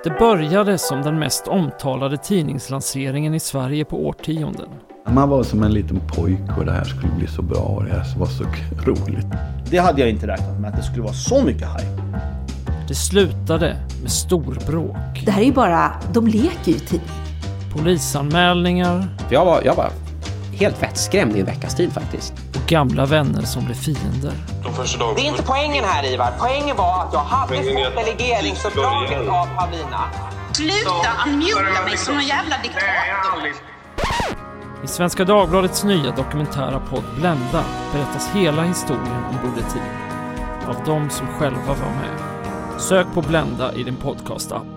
Det började som den mest omtalade tidningslanseringen i Sverige på årtionden. Man var som en liten pojk och det här skulle bli så bra och det här var så roligt. Det hade jag inte räknat med, att det skulle vara så mycket hype. Det slutade med stor bråk. Det här är ju bara, de leker ju tidning. Polisanmälningar. Jag var helt vettskrämd i en veckas tid faktiskt. Och gamla vänner som blev fiender. Det är inte poängen här, Ivar. Poängen var att jag hade fått delegeringsuppdraget av Pavlina. Sluta unmuta mig som en jävla diktator. I Svenska Dagbladets nya dokumentära podd Blända berättas hela historien om Bulletin. Av de som själva var med. Sök på Blända i din podcast-app.